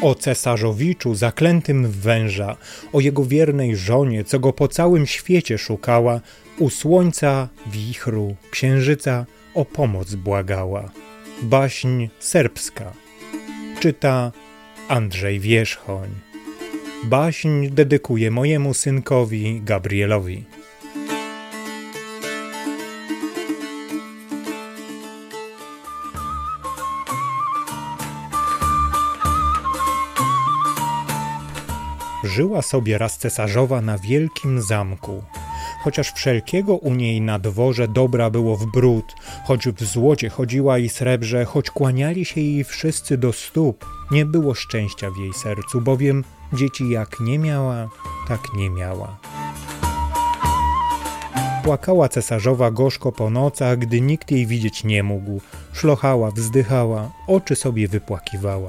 O cesarzowiczu zaklętym w węża, o jego wiernej żonie, co go po całym świecie szukała, u słońca, wichru, księżyca o pomoc błagała. Baśń serbska. Czyta Andrzej Wierzchoń. Baśń dedykuję mojemu synkowi Gabrielowi. Żyła sobie raz cesarzowa na wielkim zamku. Chociaż wszelkiego u niej na dworze dobra było w bród, choć w złocie chodziła i srebrze, choć kłaniali się jej wszyscy do stóp, nie było szczęścia w jej sercu, bowiem dzieci jak nie miała, tak nie miała. Płakała cesarzowa gorzko po nocach, gdy nikt jej widzieć nie mógł. Szlochała, wzdychała, oczy sobie wypłakiwała.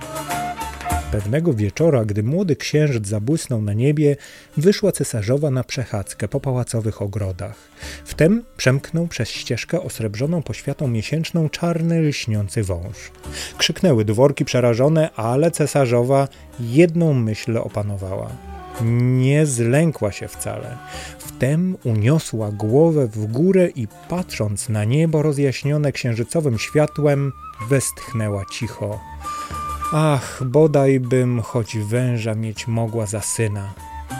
Pewnego wieczora, gdy młody księżyc zabłysnął na niebie, wyszła cesarzowa na przechadzkę po pałacowych ogrodach. Wtem przemknął przez ścieżkę osrebrzoną poświatą miesięczną czarny, lśniący wąż. Krzyknęły dworki przerażone, ale cesarzowa jedną myśl opanowała. Nie zlękła się wcale. Wtem uniosła głowę w górę i patrząc na niebo rozjaśnione księżycowym światłem, westchnęła cicho. Ach, bodaj bym choć węża mieć mogła za syna.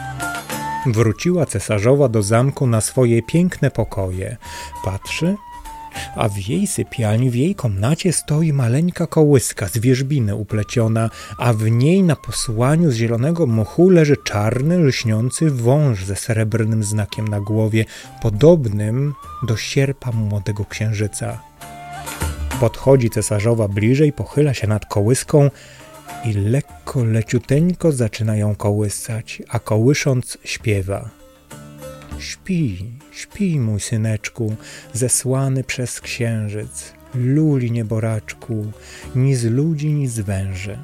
Wróciła cesarzowa do zamku na swoje piękne pokoje. Patrzy, a w jej sypialni, w jej komnacie stoi maleńka kołyska z wierzbiny upleciona, a w niej na posłaniu z zielonego mchu leży czarny, lśniący wąż ze srebrnym znakiem na głowie, podobnym do sierpa młodego księżyca. Podchodzi cesarzowa bliżej, pochyla się nad kołyską i lekko, leciuteńko zaczyna ją kołysać, a kołysząc śpiewa. Śpi, śpi, mój syneczku, zesłany przez księżyc, luli nieboraczku, ni z ludzi, ni z węży.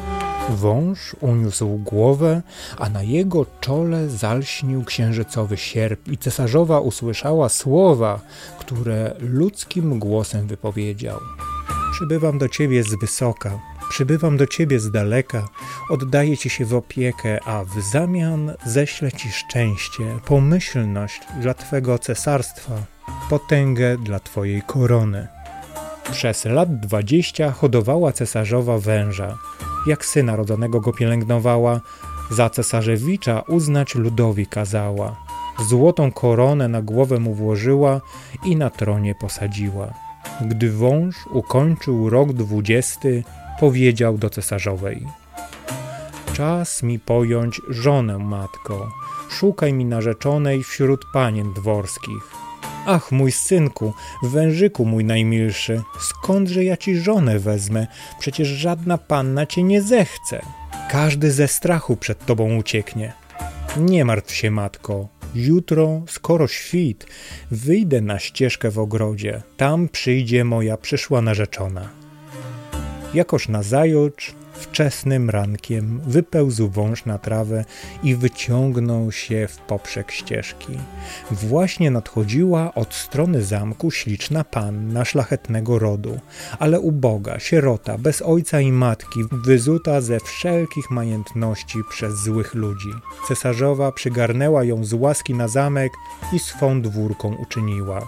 Wąż uniósł głowę, a na jego czole zalśnił księżycowy sierp i cesarzowa usłyszała słowa, które ludzkim głosem wypowiedział. Przybywam do ciebie z wysoka, przybywam do ciebie z daleka, oddaję ci się w opiekę, a w zamian ześlę ci szczęście, pomyślność dla twego cesarstwa, potęgę dla twojej korony. Przez lat 20 hodowała cesarzowa węża. Jak syna rodzonego go pielęgnowała, za cesarzewicza uznać ludowi kazała. Złotą koronę na głowę mu włożyła i na tronie posadziła. Gdy wąż ukończył rok 20, powiedział do cesarzowej: czas mi pojąć żonę, matko, szukaj mi narzeczonej wśród panien dworskich. Ach, mój synku, wężyku mój najmilszy, skądże ja ci żonę wezmę? Przecież żadna panna cię nie zechce. Każdy ze strachu przed tobą ucieknie. Nie martw się, matko. Jutro, skoro świt, wyjdę na ścieżkę w ogrodzie. Tam przyjdzie moja przyszła narzeczona. Jakoż nazajutrz, wczesnym rankiem, wypełzł wąż na trawę i wyciągnął się w poprzek ścieżki. Właśnie nadchodziła od strony zamku śliczna panna szlachetnego rodu, ale uboga, sierota, bez ojca i matki, wyzuta ze wszelkich majętności przez złych ludzi. Cesarzowa przygarnęła ją z łaski na zamek i swą dwórką uczyniła.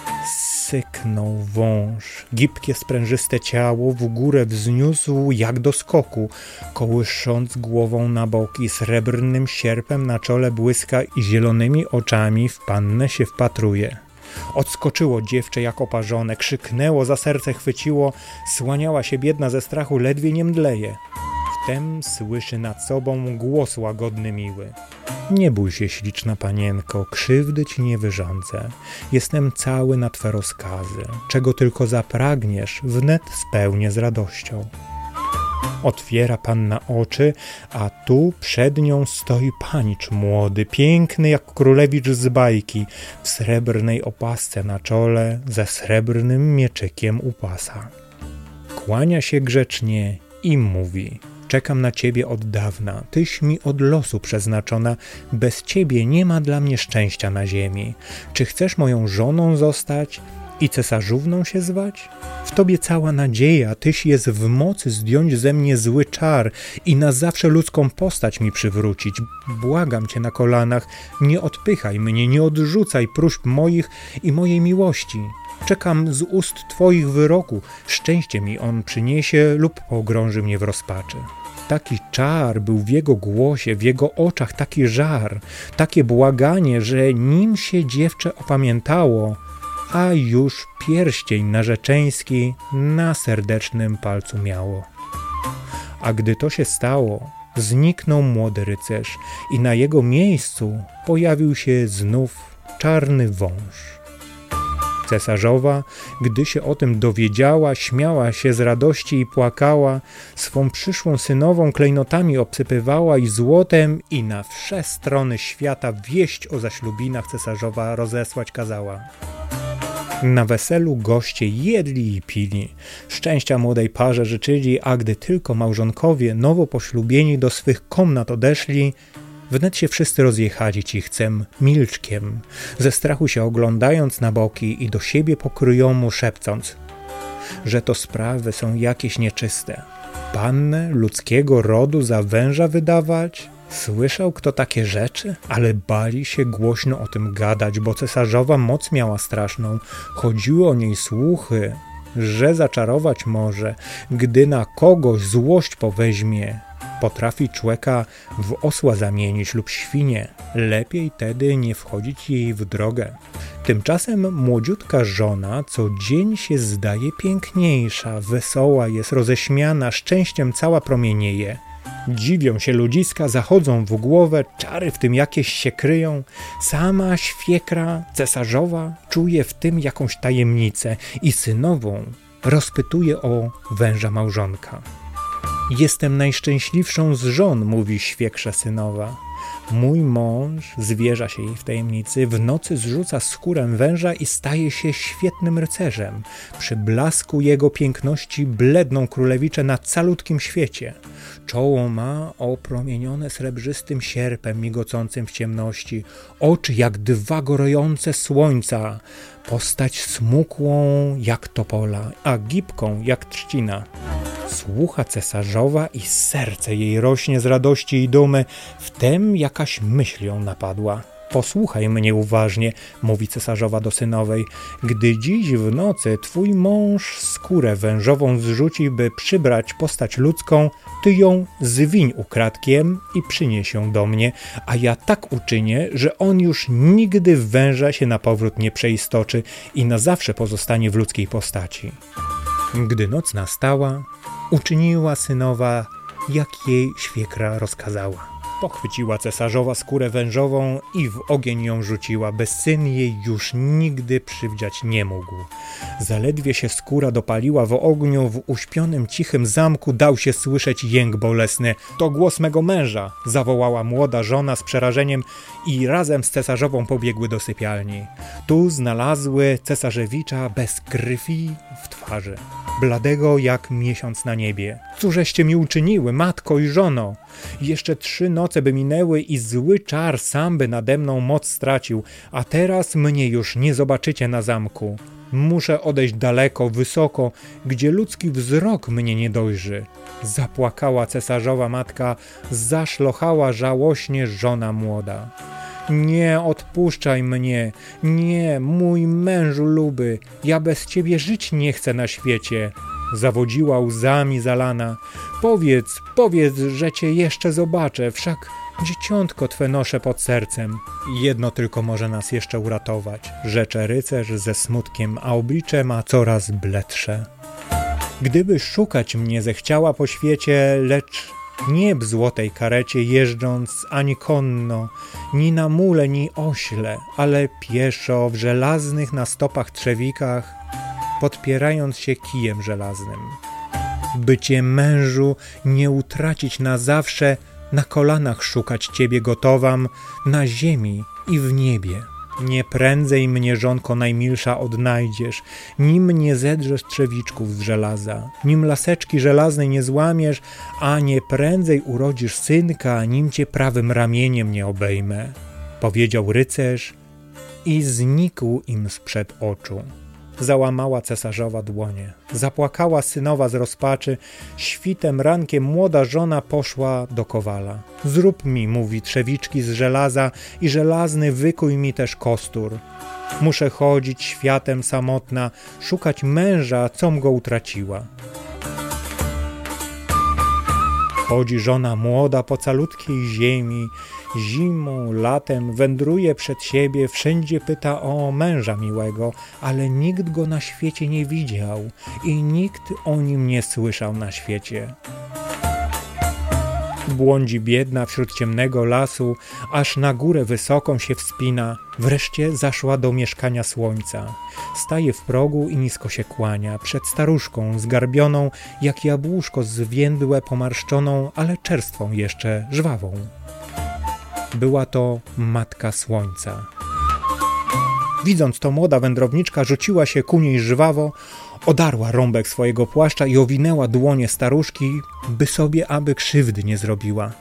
Syknął wąż, gibkie sprężyste ciało w górę wzniósł jak do skoku, kołysząc głową na boki, srebrnym sierpem na czole błyska i zielonymi oczami w pannę się wpatruje. Odskoczyło dziewczę jak oparzone, krzyknęło, za serce chwyciło, słaniała się biedna ze strachu, ledwie nie mdleje. Wtem słyszy nad sobą głos łagodny miły. Nie bój się, śliczna panienko, krzywdy ci nie wyrządzę. Jestem cały na twe rozkazy. Czego tylko zapragniesz, wnet spełnię z radością. Otwiera panna oczy, a tu przed nią stoi panicz młody, piękny jak królewicz z bajki, w srebrnej opasce na czole, ze srebrnym mieczykiem u pasa. Kłania się grzecznie i mówi: czekam na ciebie od dawna, tyś mi od losu przeznaczona, bez ciebie nie ma dla mnie szczęścia na ziemi. Czy chcesz moją żoną zostać? i cesarzówną się zwać? W tobie cała nadzieja, tyś jest w mocy zdjąć ze mnie zły czar i na zawsze ludzką postać mi przywrócić. Błagam cię na kolanach, nie odpychaj mnie, nie odrzucaj próśb moich i mojej miłości. Czekam z ust twoich wyroku, szczęście mi on przyniesie lub pogrąży mnie w rozpaczy. Taki czar był w jego głosie, w jego oczach taki żar, takie błaganie, że nim się dziewczę opamiętało, a już pierścień narzeczeński na serdecznym palcu miało. A gdy to się stało, zniknął młody rycerz i na jego miejscu pojawił się znów czarny wąż. Cesarzowa, gdy się o tym dowiedziała, śmiała się z radości i płakała, swą przyszłą synową klejnotami obsypywała i złotem i na wsze strony świata wieść o zaślubinach cesarzowa rozesłać kazała. Na weselu goście jedli i pili, szczęścia młodej parze życzyli, a gdy tylko małżonkowie nowo poślubieni do swych komnat odeszli, wnet się wszyscy rozjechali cichcem, milczkiem, ze strachu się oglądając na boki i do siebie pokryjomu szepcąc, że to sprawy są jakieś nieczyste. Pannę ludzkiego rodu za węża wydawać? Słyszał kto takie rzeczy? Ale bali się głośno o tym gadać, bo cesarzowa moc miała straszną. Chodziły o niej słuchy, że zaczarować może, gdy na kogoś złość poweźmie. Potrafi człeka w osła zamienić lub świnie. Lepiej tedy nie wchodzić jej w drogę. Tymczasem młodziutka żona co dzień się zdaje piękniejsza, wesoła jest, roześmiana, szczęściem cała promienieje. Dziwią się ludziska, zachodzą w głowę, czary w tym jakieś się kryją. Sama świekra cesarzowa czuje w tym jakąś tajemnicę i synową rozpytuje o węża małżonka. Jestem najszczęśliwszą z żon, mówi świekrza synowa. Mój mąż, zwierza się jej w tajemnicy, w nocy zrzuca skórę węża i staje się świetnym rycerzem. Przy blasku jego piękności bledną królewicze na calutkim świecie. Czoło ma opromienione srebrzystym sierpem migocącym w ciemności, oczy jak dwa gorące słońca, postać smukłą jak topola, a gibką jak trzcina. Słucha cesarzowa i serce jej rośnie z radości i dumy, wtem jakaś myśl ją napadła. Posłuchaj mnie uważnie, mówi cesarzowa do synowej, gdy dziś w nocy twój mąż skórę wężową zrzuci, by przybrać postać ludzką, ty ją zwiń ukradkiem i przynieś ją do mnie, a ja tak uczynię, że on już nigdy w węża się na powrót nie przeistoczy i na zawsze pozostanie w ludzkiej postaci. Gdy noc nastała, uczyniła synowa, jak jej świekra rozkazała. Pochwyciła cesarzowa skórę wężową i w ogień ją rzuciła, by syn jej już nigdy przywdziać nie mógł. Zaledwie się skóra dopaliła w ogniu, w uśpionym cichym zamku dał się słyszeć jęk bolesny. To głos mego męża, zawołała młoda żona z przerażeniem i razem z cesarzową pobiegły do sypialni. Tu znalazły cesarzewicza bez krwi w twarzy, bladego jak miesiąc na niebie. Cóżeście mi uczyniły, matko i żono? Jeszcze 3 noce by minęły i zły czar sam by nade mną moc stracił, a teraz mnie już nie zobaczycie na zamku. Muszę odejść daleko, wysoko, gdzie ludzki wzrok mnie nie dojrzy. Zapłakała cesarzowa matka, zaszlochała żałośnie żona młoda. Nie odpuszczaj mnie, nie, mój mężu luby, ja bez ciebie żyć nie chcę na świecie. Zawodziła łzami zalana. Powiedz, że cię jeszcze zobaczę, wszak dzieciątko twe noszę pod sercem. Jedno tylko może nas jeszcze uratować, rzecze rycerz ze smutkiem, a oblicze ma coraz bledsze. Gdyby szukać mnie zechciała po świecie, lecz nie w złotej karecie jeżdżąc ani konno, ni na mule, ni ośle, ale pieszo w żelaznych na stopach trzewikach, podpierając się kijem żelaznym. By cię, mężu, nie utracić na zawsze, na kolanach szukać ciebie gotowam, na ziemi i w niebie. Nie prędzej mnie, żonko najmilsza, odnajdziesz, nim nie zedrzesz trzewiczków z żelaza, nim laseczki żelaznej nie złamiesz, a nie prędzej urodzisz synka, nim cię prawym ramieniem nie obejmę. Powiedział rycerz i znikł im sprzed oczu. załamała cesarzowa dłonie. Zapłakała synowa z rozpaczy. Świtem rankiem młoda żona poszła do kowala. Zrób mi, mówi, trzewiczki z żelaza i żelazny wykuj mi też kostur. Muszę chodzić światem samotna, szukać męża, com go utraciła. Chodzi żona młoda po calutkiej ziemi, zimą, latem wędruje przed siebie, wszędzie pyta o męża miłego, ale nikt go na świecie nie widział i nikt o nim nie słyszał na świecie. Błądzi biedna wśród ciemnego lasu, aż na górę wysoką się wspina. Wreszcie zaszła do mieszkania słońca. Staje w progu i nisko się kłania. Przed staruszką zgarbioną, jak jabłuszko zwiędłe pomarszczoną, ale czerstwą jeszcze, żwawą. Była to matka słońca. Widząc to, młoda wędrowniczka rzuciła się ku niej żwawo, odarła rąbek swojego płaszcza i owinęła dłonie staruszki, by sobie aby krzywdy nie zrobiła.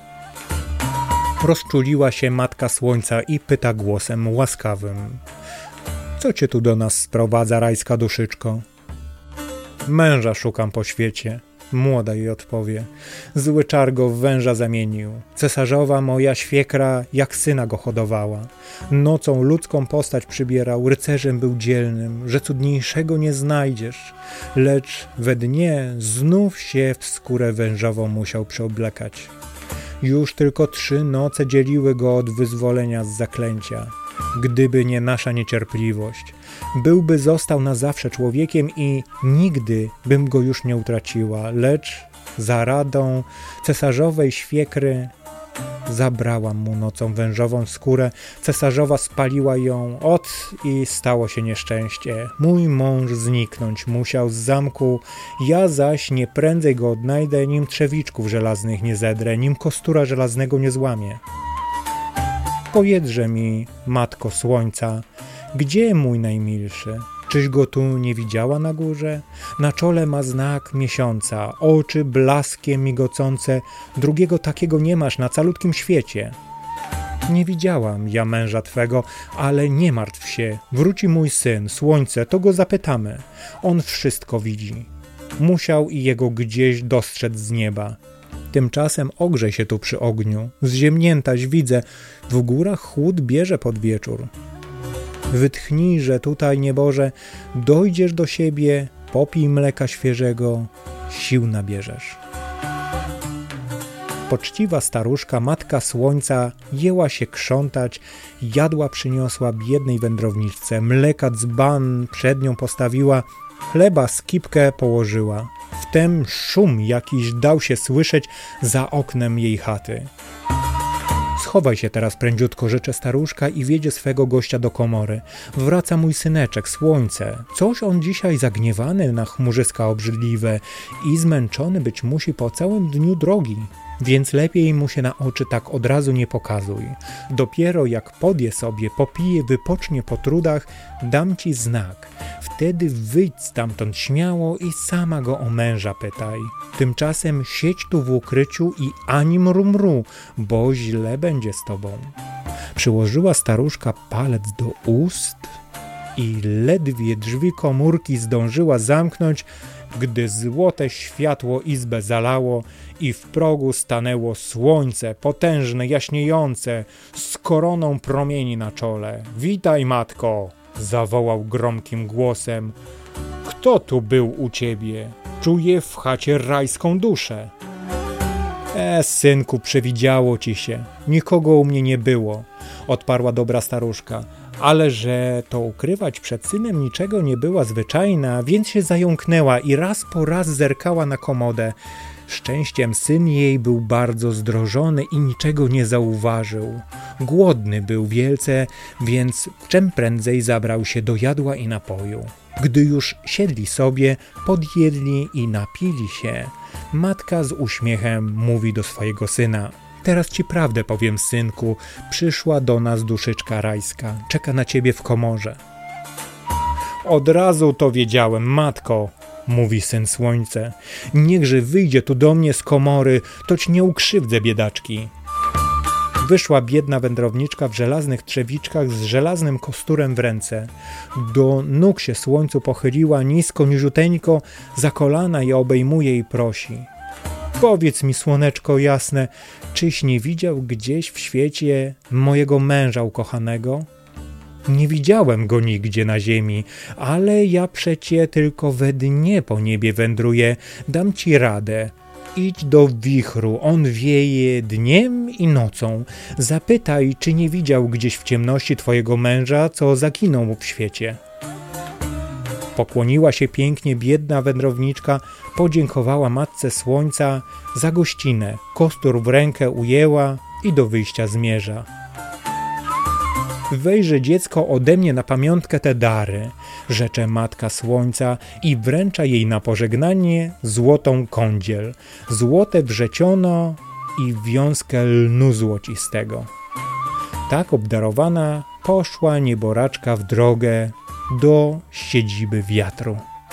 Rozczuliła się matka słońca i pyta głosem łaskawym: co cię tu do nas sprowadza, rajska duszyczko? Męża szukam po świecie. Młoda jej odpowie: zły czar go w węża zamienił. Cesarzowa moja świekra jak syna go hodowała. Nocą ludzką postać przybierał, rycerzem był dzielnym, że cudniejszego nie znajdziesz. Lecz we dnie znów się w skórę wężową musiał przeoblekać. Już tylko 3 noce dzieliły go od wyzwolenia z zaklęcia. Gdyby nie nasza niecierpliwość, byłby został na zawsze człowiekiem i nigdy bym go już nie utraciła, lecz za radą cesarzowej świekry zabrałam mu nocą wężową skórę, cesarzowa spaliła ją, i stało się nieszczęście. Mój mąż zniknąć musiał z zamku, ja zaś nie prędzej go odnajdę, nim trzewiczków żelaznych nie zedrę, nim kostura żelaznego nie złamię. Powiedże mi, matko słońca, gdzie mój najmilszy? Czyś go tu nie widziała na górze? Na czole ma znak miesiąca, oczy blaskiem migocące, drugiego takiego nie masz na calutkim świecie. Nie widziałam ja męża twego, ale nie martw się, wróci mój syn, słońce, to go zapytamy. On wszystko widzi. Musiał i jego gdzieś dostrzec z nieba. Tymczasem ogrzej się tu przy ogniu, zziemniętaś widzę, w górach chłód bierze pod wieczór. Wytchnij, że tutaj, nieboże, dojdziesz do siebie, popij mleka świeżego, sił nabierzesz. Poczciwa staruszka, matka słońca, jęła się krzątać, jadła przyniosła biednej wędrowniczce, mleka dzban przed nią postawiła, chleba skipkę położyła. Wtem szum jakiś dał się słyszeć za oknem jej chaty. Schowaj się teraz prędziutko, rzecze staruszka, i wiedzie swego gościa do komory. Wraca mój syneczek, słońce. Coś on dzisiaj zagniewany na chmurzyska obrzydliwe i zmęczony być musi po całym dniu drogi. Więc lepiej mu się na oczy tak od razu nie pokazuj. Dopiero jak podje sobie, popije, wypocznie po trudach, dam ci znak. Wtedy wyjdź stamtąd śmiało i sama go o męża pytaj. Tymczasem siedź tu w ukryciu i ani mru, bo źle będzie z tobą. Przyłożyła staruszka palec do ust i ledwie drzwi komórki zdążyła zamknąć, gdy złote światło izbę zalało i w progu stanęło słońce, potężne, jaśniejące, z koroną promieni na czole. Witaj, matko! Zawołał gromkim głosem. Kto tu był u ciebie? Czuję w chacie rajską duszę. Synku, przewidziało ci się. Nikogo u mnie nie było, odparła dobra staruszka. Ale że to ukrywać przed synem niczego nie była zwyczajna, więc się zająknęła i raz po raz zerkała na komodę. Szczęściem syn jej był bardzo zdrożony i niczego nie zauważył. Głodny był wielce, więc czym prędzej zabrał się do jadła i napoju. Gdy już siedli sobie, podjedli i napili się, matka z uśmiechem mówi do swojego syna. Teraz ci prawdę powiem, synku, przyszła do nas duszyczka rajska, czeka na ciebie w komorze. Od razu to wiedziałem, matko, mówi syn słońce. Niechże wyjdzie tu do mnie z komory, toć nie ukrzywdzę biedaczki. Wyszła biedna wędrowniczka w żelaznych trzewiczkach z żelaznym kosturem w ręce. Do nóg się słońcu pochyliła, nisko, niziuteńko, za kolana je obejmuje i prosi. Powiedz mi, słoneczko jasne, czyś nie widział gdzieś w świecie mojego męża ukochanego? Nie widziałem go nigdzie na ziemi, ale ja przecie tylko we dnie po niebie wędruję. Dam ci radę. Idź do wichru, on wieje dniem i nocą. Zapytaj, czy nie widział gdzieś w ciemności twojego męża, co zaginął mu w świecie. Pokłoniła się pięknie biedna wędrowniczka, podziękowała Matce Słońca za gościnę, kostur w rękę ujęła i do wyjścia zmierza. Wejrze dziecko ode mnie na pamiątkę te dary, rzecze Matka Słońca i wręcza jej na pożegnanie złotą kądziel, złote wrzeciono i wiązkę lnu złocistego. Tak obdarowana poszła nieboraczka w drogę do siedziby wiatru.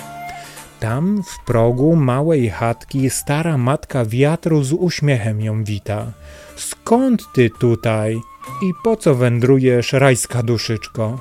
Tam w progu małej chatki stara matka wiatru z uśmiechem ją wita. Skąd ty tutaj i po co wędrujesz, rajska duszyczko?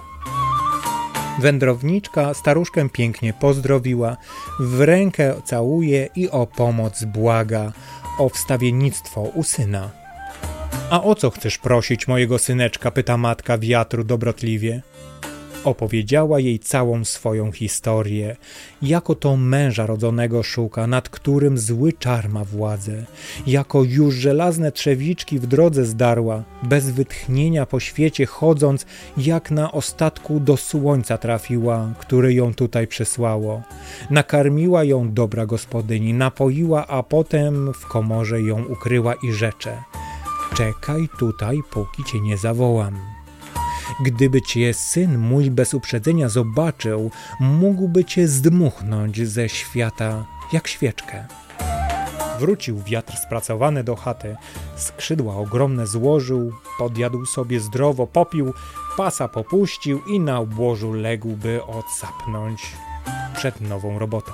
Wędrowniczka staruszkę pięknie pozdrowiła, w rękę całuje i o pomoc błaga, o wstawiennictwo u syna. A o co chcesz prosić mojego syneczka? Pyta matka wiatru dobrotliwie. Opowiedziała jej całą swoją historię, jako to męża rodzonego szuka, nad którym zły czar ma władzę, jako już żelazne trzewiczki w drodze zdarła, bez wytchnienia po świecie chodząc, jak na ostatku do słońca trafiła, które ją tutaj przysłało. Nakarmiła ją dobra gospodyni, napoiła, a potem w komorze ją ukryła i rzecze: czekaj tutaj, póki cię nie zawołam. Gdyby cię syn mój bez uprzedzenia zobaczył, mógłby cię zdmuchnąć ze świata jak świeczkę. Wrócił wiatr spracowany do chaty, skrzydła ogromne złożył, podjadł sobie zdrowo, popił, pasa popuścił i na obłożu legł, by odsapnąć przed nową robotą.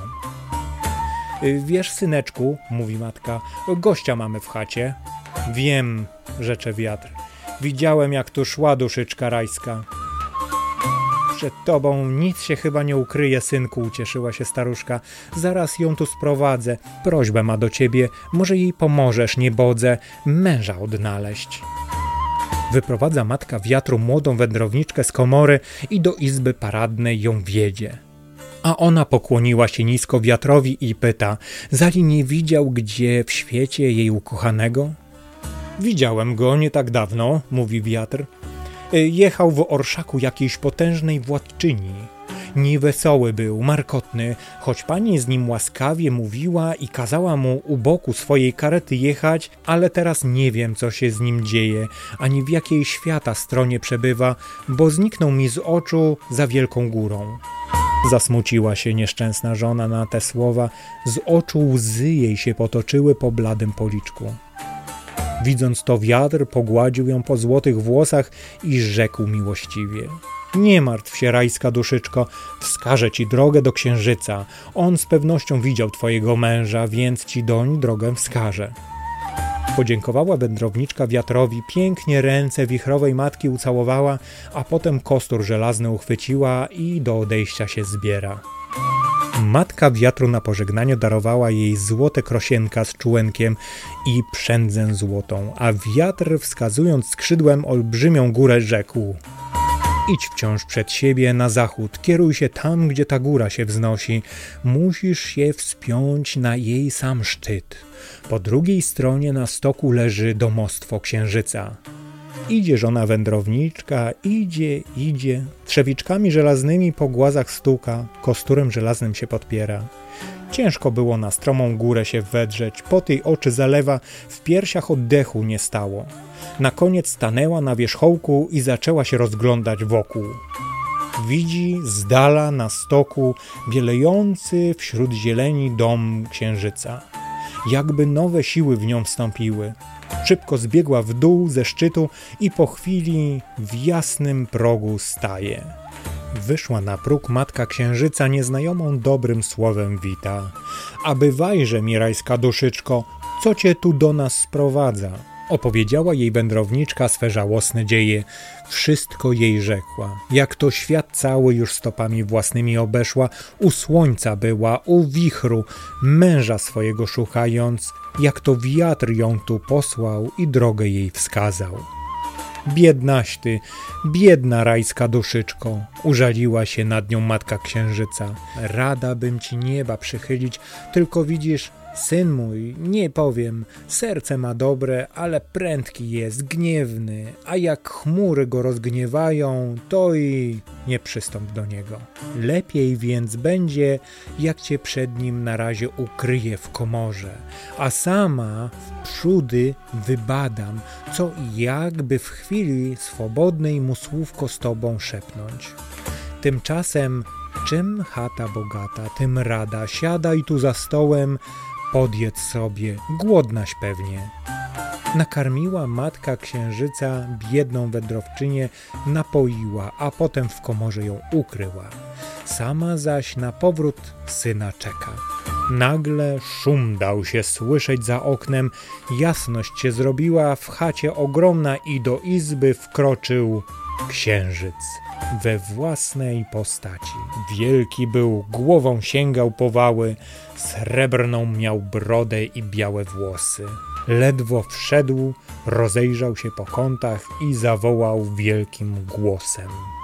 Wiesz, syneczku, mówi matka, gościa mamy w chacie. Wiem, rzecze wiatr. Widziałem, jak tu szła duszyczka rajska. Przed tobą nic się chyba nie ukryje, synku, ucieszyła się staruszka. Zaraz ją tu sprowadzę. Prośbę ma do ciebie, może jej pomożesz, niebodze, męża odnaleźć. Wyprowadza matka wiatru młodą wędrowniczkę z komory i do izby paradnej ją wiedzie. A ona pokłoniła się nisko wiatrowi i pyta: zali nie widział gdzie w świecie jej ukochanego? Widziałem go nie tak dawno, mówi wiatr. Jechał w orszaku jakiejś potężnej władczyni. Niewesoły był, markotny, choć pani z nim łaskawie mówiła i kazała mu u boku swojej karety jechać, ale teraz nie wiem, co się z nim dzieje, ani w jakiej świata stronie przebywa, bo zniknął mi z oczu za wielką górą. Zasmuciła się nieszczęsna żona na te słowa, z oczu łzy jej się potoczyły po bladym policzku. Widząc to, wiatr pogładził ją po złotych włosach i rzekł miłościwie: nie martw się, rajska duszyczko, wskażę ci drogę do księżyca. On z pewnością widział twojego męża, więc ci doń drogę wskaże. Podziękowała wędrowniczka wiatrowi, pięknie ręce wichrowej matki ucałowała, a potem kostur żelazny uchwyciła i do odejścia się zbiera. Matka wiatru na pożegnanie darowała jej złote krosienka z czółenkiem i przędzę złotą, a wiatr, wskazując skrzydłem olbrzymią górę, rzekł: idź wciąż przed siebie na zachód, kieruj się tam, gdzie ta góra się wznosi. Musisz się wspiąć na jej sam szczyt. Po drugiej stronie na stoku leży domostwo księżyca. Idzie żona wędrowniczka, idzie, trzewiczkami żelaznymi po głazach stuka, kosturem żelaznym się podpiera. Ciężko było na stromą górę się wedrzeć, pot jej oczy zalewa, w piersiach oddechu nie stało. Na koniec stanęła na wierzchołku i zaczęła się rozglądać wokół. Widzi z dala na stoku bielejący wśród zieleni dom księżyca. Jakby nowe siły w nią wstąpiły. Szybko zbiegła w dół ze szczytu i po chwili w jasnym progu staje. Wyszła na próg matka księżyca, nieznajomą dobrym słowem wita. A bywajże mi, rajska duszyczko, co cię tu do nas sprowadza? Opowiedziała jej wędrowniczka swe żałosne dzieje, wszystko jej rzekła. Jak to świat cały już stopami własnymi obeszła, u słońca była, u wichru, męża swojego szukając, jak to wiatr ją tu posłał i drogę jej wskazał. Biednaś ty, biedna rajska duszyczko, użaliła się nad nią matka księżyca. Rada bym ci nieba przychylić, tylko widzisz, syn mój, nie powiem, serce ma dobre, ale prędki jest, gniewny, a jak chmury go rozgniewają, to i nie przystąp do niego. Lepiej więc będzie, jak cię przed nim na razie ukryję w komorze, a sama wprzódy wybadam, co i jak, by w chwili swobodnej mu słówko z tobą szepnąć. Tymczasem, czym chata bogata, tym rada, siadaj tu za stołem, podjedz sobie, głodnaś pewnie. Nakarmiła matka księżyca biedną wędrowczynię, napoiła, a potem w komorze ją ukryła. Sama zaś na powrót syna czeka. Nagle szum dał się słyszeć za oknem, jasność się zrobiła w chacie ogromna i do izby wkroczył księżyc we własnej postaci. Wielki był, głową sięgał powały, srebrną miał brodę i białe włosy. Ledwo wszedł, rozejrzał się po kątach i zawołał wielkim głosem.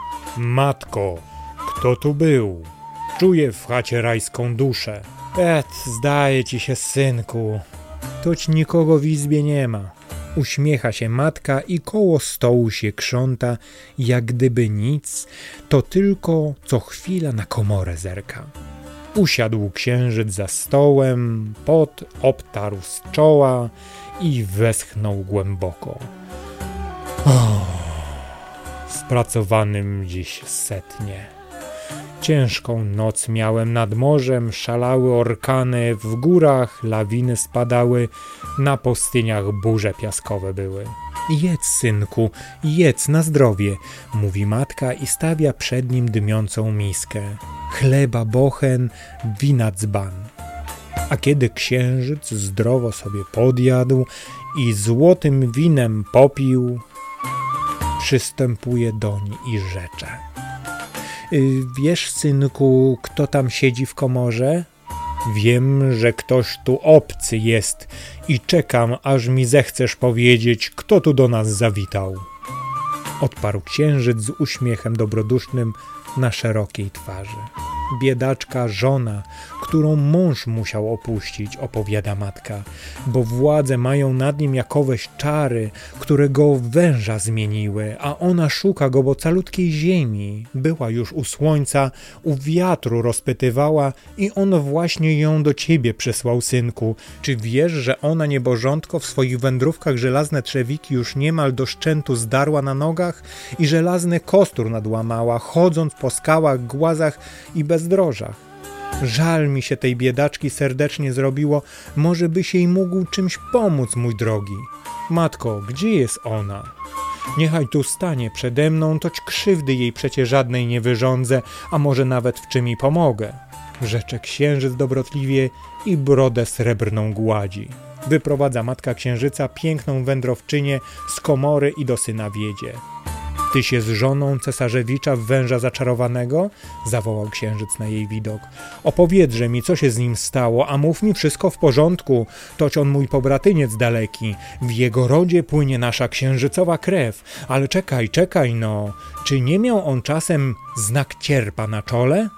Matko, kto tu był? Czuję w chacie rajską duszę. Zdaje ci się, synku, toć nikogo w izbie nie ma. Uśmiecha się matka i koło stołu się krząta, jak gdyby nic, to tylko co chwila na komorę zerka. Usiadł księżyc za stołem, pot obtarł z czoła i westchnął głęboko. Spracowanym dziś setnie. Ciężką noc miałem nad morzem, szalały orkany, w górach lawiny spadały, na pustyniach burze piaskowe były. Jedz, synku, jedz na zdrowie, mówi matka i stawia przed nim dymiącą miskę. Chleba bochen, wina dzban. A kiedy księżyc zdrowo sobie podjadł i złotym winem popił, przystępuje doń i rzecze. Wiesz, synku, kto tam siedzi w komorze? Wiem, że ktoś tu obcy jest i czekam, aż mi zechcesz powiedzieć, kto tu do nas zawitał. Odparł księżyc z uśmiechem dobrodusznym na szerokiej twarzy. Biedaczka żona, którą mąż musiał opuścić, opowiada matka, bo władze mają nad nim jakoweś czary, które go w węża zmieniły, a ona szuka go po calutkiej ziemi. Była już u słońca, u wiatru rozpytywała i on właśnie ją do ciebie przysłał, synku. Czy wiesz, że ona niebożątko w swoich wędrówkach żelazne trzewiki już niemal do szczętu zdarła na nogach i żelazny kostur nadłamała, chodząc po skałach, głazach i bezdrożach? Żal mi się tej biedaczki serdecznie zrobiło, może byś jej mógł czymś pomóc, mój drogi. Matko, gdzie jest ona? Niechaj tu stanie przede mną, toć krzywdy jej przecie żadnej nie wyrządzę, a może nawet w czym mi pomogę. Rzecze księżyc dobrotliwie i brodę srebrną gładzi. Wyprowadza matka księżyca piękną wędrowczynię z komory i do syna wiedzie. Ty się z żoną cesarzewicza w węża zaczarowanego? Zawołał księżyc na jej widok. Opowiedże mi, co się z nim stało, a mów mi wszystko w porządku, toć on mój pobratyniec daleki. W jego rodzie płynie nasza księżycowa krew. Ale czekaj no. Czy nie miał on czasem znak cierpa na czole?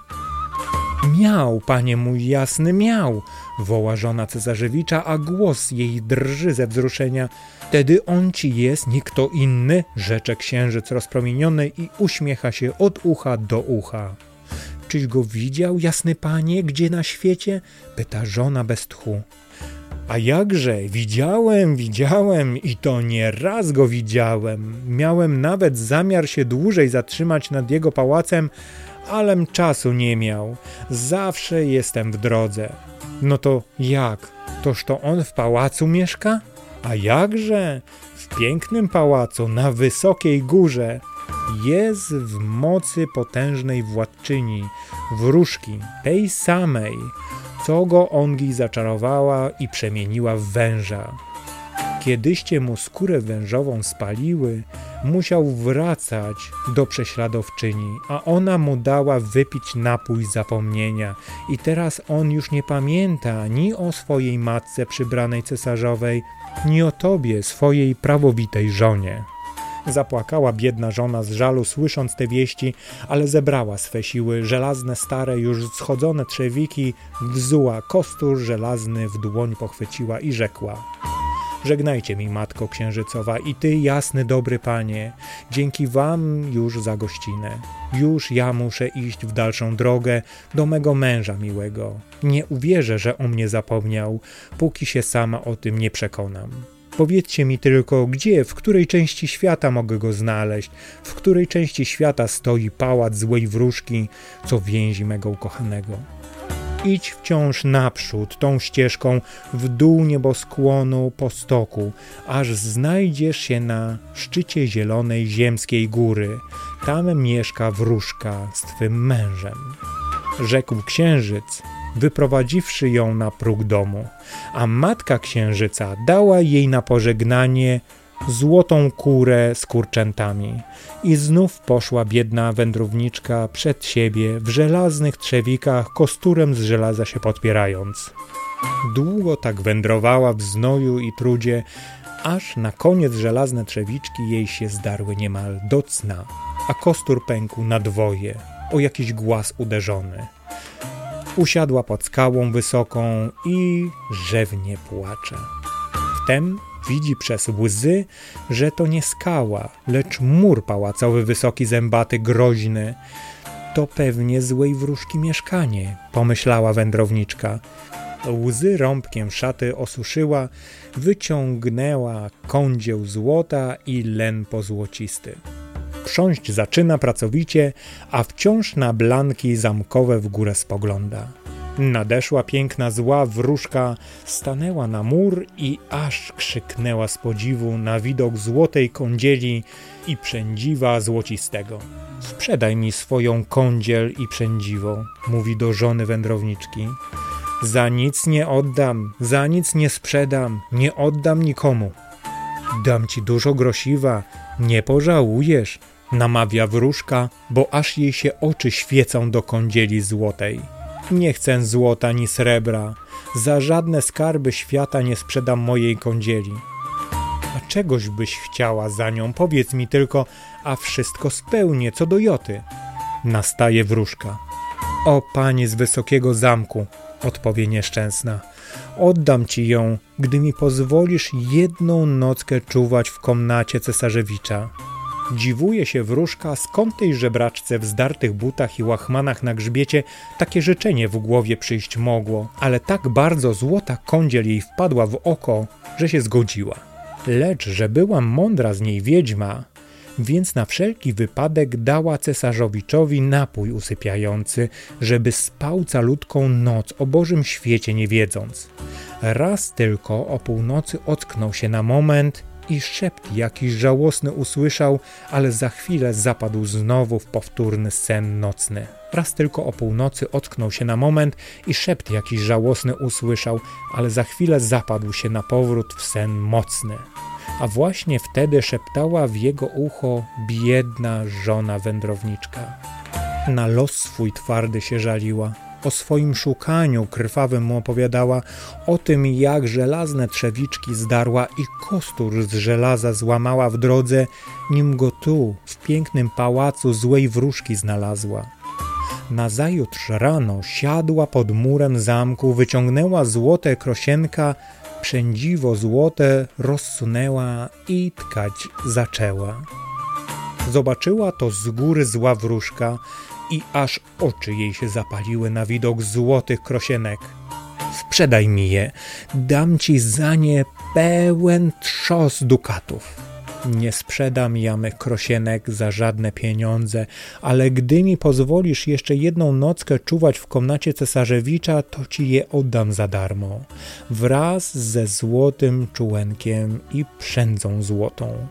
Miał, panie mój jasny, miał, woła żona cesarzewicza, a głos jej drży ze wzruszenia. Wtedy on ci jest, nie kto inny, rzecze księżyc rozpromieniony i uśmiecha się od ucha do ucha. Czyś go widział, jasny panie, gdzie na świecie? Pyta żona bez tchu. A jakże, widziałem i to nie raz go widziałem. Miałem nawet zamiar się dłużej zatrzymać nad jego pałacem, alem czasu nie miał. Zawsze jestem w drodze. No to jak? Toż to on w pałacu mieszka? A jakże? W pięknym pałacu na wysokiej górze. Jest w mocy potężnej władczyni, wróżki, tej samej, co go ongi zaczarowała i przemieniła w węża. Kiedyście mu skórę wężową spaliły, musiał wracać do prześladowczyni, a ona mu dała wypić napój zapomnienia i teraz on już nie pamięta ni o swojej matce przybranej cesarzowej, ni o tobie, swojej prawowitej żonie. Zapłakała biedna żona z żalu, słysząc te wieści, ale zebrała swe siły, żelazne stare, już schodzone trzewiki, wzuła kostur żelazny, w dłoń pochwyciła i rzekła: żegnajcie mi, matko księżycowa, i ty, jasny, dobry panie, dzięki wam już za gościnę. Już ja muszę iść w dalszą drogę do mego męża miłego. Nie uwierzę, że o mnie zapomniał, póki się sama o tym nie przekonam. Powiedzcie mi tylko, gdzie, w której części świata mogę go znaleźć, w której części świata stoi pałac złej wróżki, co więzi mego ukochanego. Idź wciąż naprzód tą ścieżką w dół nieboskłonu po stoku, aż znajdziesz się na szczycie zielonej ziemskiej góry. Tam mieszka wróżka z twym mężem. Rzekł księżyc, wyprowadziwszy ją na próg domu, a matka księżyca dała jej na pożegnanie złotą kurę z kurczętami. I znów poszła biedna wędrowniczka przed siebie w żelaznych trzewikach, kosturem z żelaza się podpierając. Długo tak wędrowała w znoju i trudzie, aż na koniec żelazne trzewiczki jej się zdarły niemal do cna, a kostur pękł na dwoje, o jakiś głaz uderzony. Usiadła pod skałą wysoką i rzewnie płacze. Wtem widzi przez łzy, że to nie skała, lecz mur pałacowy, wysoki, zębaty, groźny. To pewnie złej wróżki mieszkanie, pomyślała wędrowniczka. Łzy rąbkiem szaty osuszyła, wyciągnęła kądzieł złota i len pozłocisty. Prząść zaczyna pracowicie, a wciąż na blanki zamkowe w górę spogląda. Nadeszła piękna zła wróżka, stanęła na mur i aż krzyknęła z podziwu na widok złotej kądzieli i przędziwa złocistego. Sprzedaj mi swoją kądziel i przędziwo, mówi do żony wędrowniczki. Za nic nie oddam, za nic nie sprzedam, nie oddam nikomu. Dam ci dużo grosiwa, nie pożałujesz, namawia wróżka, bo aż jej się oczy świecą do kądzieli złotej. Nie chcę złota ani srebra, za żadne skarby świata nie sprzedam mojej kądzieli. A czegoś byś chciała za nią, powiedz mi tylko, a wszystko spełnię co do joty. Nastaje wróżka. O panie z wysokiego zamku, odpowie nieszczęsna, oddam ci ją, gdy mi pozwolisz jedną nockę czuwać w komnacie cesarzewicza. Dziwuje się wróżka, skąd tej żebraczce w zdartych butach i łachmanach na grzbiecie takie życzenie w głowie przyjść mogło, ale tak bardzo złota kądziel jej wpadła w oko, że się zgodziła. Lecz, że była mądra z niej wiedźma, więc na wszelki wypadek dała cesarzowiczowi napój usypiający, żeby spał calutką noc, o Bożym świecie nie wiedząc. Raz tylko o północy ocknął się na moment i szept jakiś żałosny usłyszał, ale za chwilę zapadł znowu w powtórny sen nocny. Raz tylko o północy ocknął się na moment i szept jakiś żałosny usłyszał, ale za chwilę zapadł się na powrót w sen mocny. A właśnie wtedy szeptała w jego ucho biedna żona wędrowniczka. Na los swój twardy się żaliła. O swoim szukaniu krwawym mu opowiadała, o tym jak żelazne trzewiczki zdarła i kostur z żelaza złamała w drodze, nim go tu, w pięknym pałacu złej wróżki znalazła. Nazajutrz rano siadła pod murem zamku, wyciągnęła złote krosienka, przędziwo złote rozsunęła i tkać zaczęła. Zobaczyła to z góry zła wróżka i aż oczy jej się zapaliły na widok złotych krosienek. Sprzedaj mi je, dam ci za nie pełen trzos dukatów. Nie sprzedam ja mych krosienek za żadne pieniądze, ale gdy mi pozwolisz jeszcze jedną nockę czuwać w komnacie cesarzewicza, to ci je oddam za darmo, wraz ze złotym czółenkiem i przędzą złotą.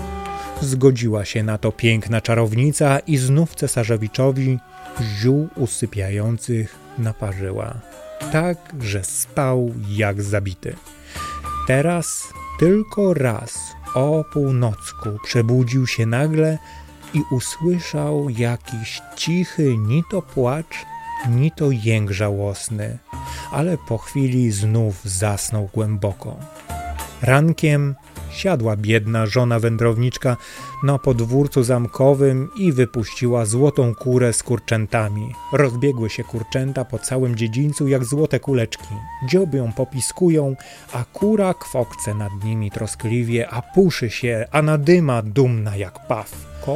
Zgodziła się na to piękna czarownica i znów cesarzewiczowi ziół usypiających naparzyła, tak, że spał jak zabity. Teraz Tylko raz o północku przebudził się nagle i usłyszał jakiś cichy ni to płacz, ni to jęk żałosny, ale po chwili znów zasnął głęboko. Rankiem siadła biedna żona wędrowniczka na podwórcu zamkowym i wypuściła złotą kurę z kurczętami. Rozbiegły się kurczęta po całym dziedzińcu jak złote kuleczki. Dziobią, popiskują, a kura kwokce nad nimi troskliwie, a puszy się, a nadyma dumna jak paw.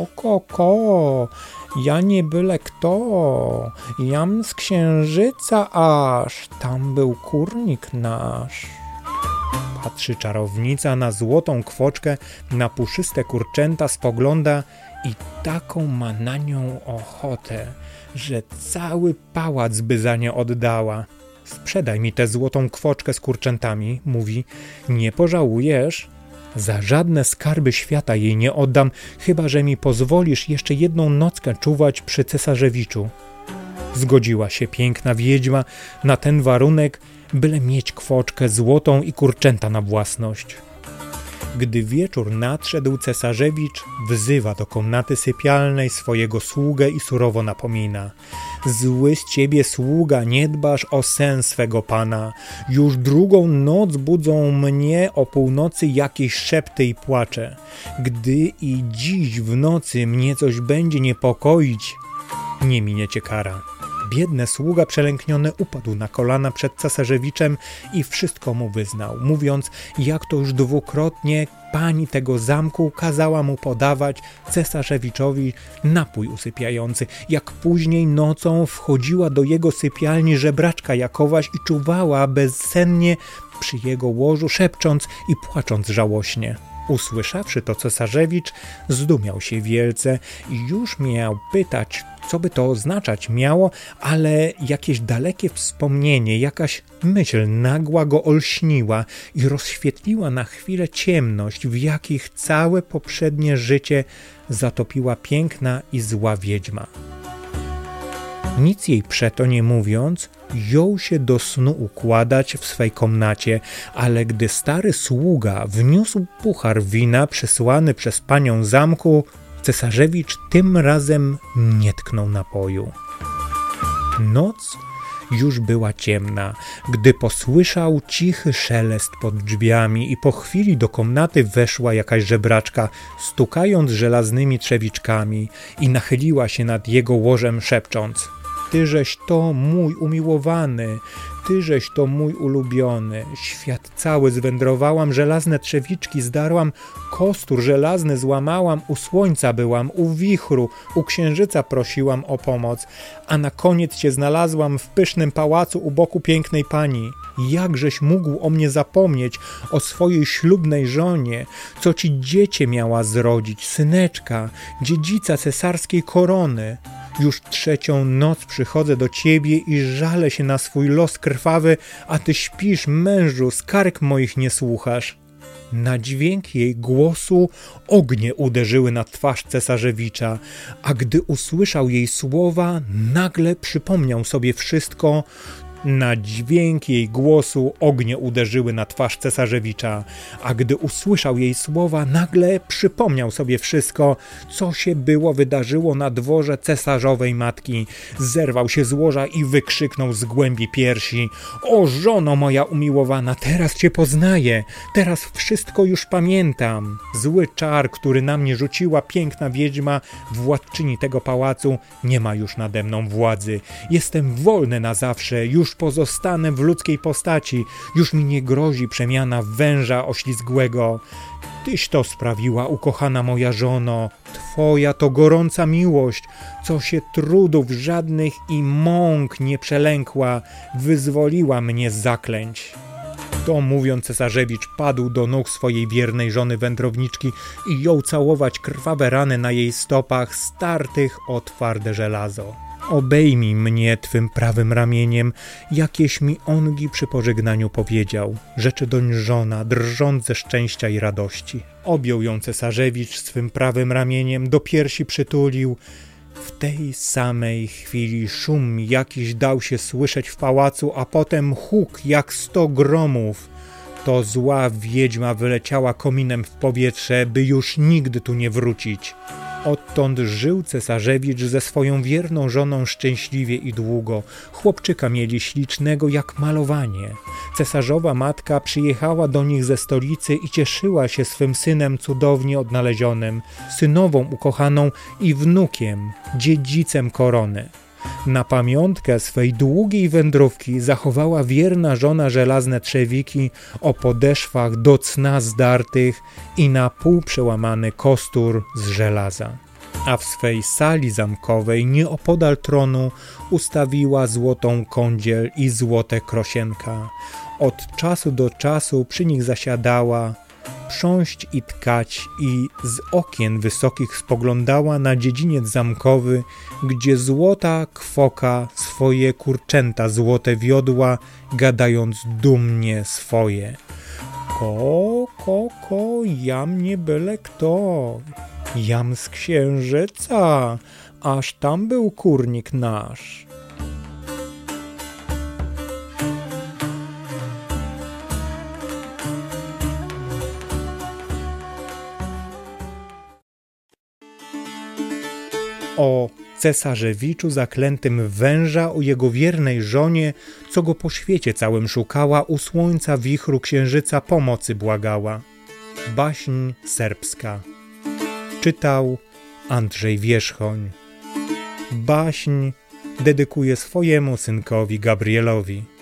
Ko, ja nie byle kto, jam z księżyca aż, tam był kurnik nasz. Patrzy czarownica na złotą kwoczkę, na puszyste kurczęta, spogląda i taką ma na nią ochotę, że cały pałac by za nie oddała. Sprzedaj mi tę złotą kwoczkę z kurczętami, mówi, nie pożałujesz? Za żadne skarby świata jej nie oddam, chyba że mi pozwolisz jeszcze jedną nockę czuwać przy cesarzewiczu. Zgodziła się piękna wiedźma na ten warunek, byle mieć kwoczkę złotą i kurczęta na własność. Gdy wieczór nadszedł, cesarzewicz wzywa do komnaty sypialnej swojego sługę i surowo napomina. Zły z ciebie sługa, nie dbasz o sen swego pana. Już drugą noc budzą mnie o północy jakieś szepty i płacze. Gdy i dziś w nocy mnie coś będzie niepokoić, nie minie cię kara. Biedny sługa przelękniony upadł na kolana przed cesarzewiczem i wszystko mu wyznał, mówiąc, jak to już dwukrotnie pani tego zamku kazała mu podawać cesarzewiczowi napój usypiający, jak później nocą wchodziła do jego sypialni żebraczka jakowaś i czuwała bezsennie przy jego łożu, szepcząc i płacząc żałośnie. Usłyszawszy to, cesarzewicz zdumiał się wielce i już miał pytać, co by to oznaczać miało, ale jakieś dalekie wspomnienie, jakaś myśl nagła go olśniła i rozświetliła na chwilę ciemność, w jakich całe poprzednie życie zatopiła piękna i zła wiedźma. Nic jej przeto nie mówiąc, jął się do snu układać w swej komnacie, ale gdy stary sługa wniósł puchar wina przesłany przez panią zamku, cesarzewicz tym razem nie tknął napoju. Noc już była ciemna, gdy posłyszał cichy szelest pod drzwiami i po chwili do komnaty weszła jakaś żebraczka, stukając żelaznymi trzewiczkami i nachyliła się nad jego łożem szepcząc: Tyżeś to mój umiłowany, Tyżeś to mój ulubiony. Świat cały zwędrowałam, żelazne trzewiczki zdarłam, kostur żelazny złamałam, u słońca byłam, u wichru, u księżyca prosiłam o pomoc, a na koniec cię znalazłam w pysznym pałacu u boku pięknej pani. Jakżeś mógł o mnie zapomnieć, o swojej ślubnej żonie, co ci dziecię miała zrodzić, syneczka, dziedzica cesarskiej korony. Już trzecią noc przychodzę do ciebie i żalę się na swój los krwawy, a ty śpisz, mężu, skarg moich nie słuchasz. Na dźwięk jej głosu ognie uderzyły na twarz cesarzewicza, a gdy usłyszał jej słowa, nagle przypomniał sobie wszystko. Na dźwięk jej głosu ognie uderzyły na twarz cesarzewicza, a gdy usłyszał jej słowa, nagle przypomniał sobie wszystko, co się było wydarzyło na dworze cesarzowej matki. Zerwał się z łoża i wykrzyknął z głębi piersi: O żono moja umiłowana, teraz cię poznaję, teraz wszystko już pamiętam. Zły czar, który na mnie rzuciła piękna wiedźma, władczyni tego pałacu, nie ma już nade mną władzy. Jestem wolny na zawsze, już pozostanę w ludzkiej postaci, już mi nie grozi przemiana w węża oślizgłego. Tyś to sprawiła, ukochana moja żono, twoja to gorąca miłość, co się trudów żadnych i mąk nie przelękła, wyzwoliła mnie z zaklęć. To mówiąc, cesarzewicz padł do nóg swojej wiernej żony wędrowniczki i jął całować krwawe rany na jej stopach, startych o twarde żelazo. Obejmij mnie twym prawym ramieniem, jakieś mi ongi przy pożegnaniu powiedział, rzeczy doń żona, drżąc ze szczęścia i radości. Objął ją cesarzewicz swym prawym ramieniem, do piersi przytulił. W tej samej chwili szum jakiś dał się słyszeć w pałacu, a potem huk jak 100 gromów. To zła wiedźma wyleciała kominem w powietrze, by już nigdy tu nie wrócić. Odtąd żył cesarzewicz ze swoją wierną żoną szczęśliwie i długo. Chłopczyka mieli ślicznego jak malowanie. Cesarzowa matka przyjechała do nich ze stolicy i cieszyła się swym synem cudownie odnalezionym, synową ukochaną i wnukiem, dziedzicem korony. Na pamiątkę swej długiej wędrówki zachowała wierna żona żelazne trzewiki o podeszwach do cna zdartych i na pół przełamany kostur z żelaza. A w swej sali zamkowej nieopodal tronu ustawiła złotą kądziel i złote krosienka. Od czasu do czasu przy nich zasiadała, prząść i tkać i z okien wysokich spoglądała na dziedziniec zamkowy, gdzie złota kwoka swoje kurczęta złote wiodła, gadając dumnie swoje. Ko, jam nie byle kto, jam z księżyca, aż tam był kurnik nasz. O cesarzewiczu zaklętym węża, o jego wiernej żonie, co go po świecie całym szukała, u słońca wichru księżyca pomocy błagała. Baśń serbska. Czytał Andrzej Wierzchoń. Baśń dedykuje swojemu synkowi Gabrielowi.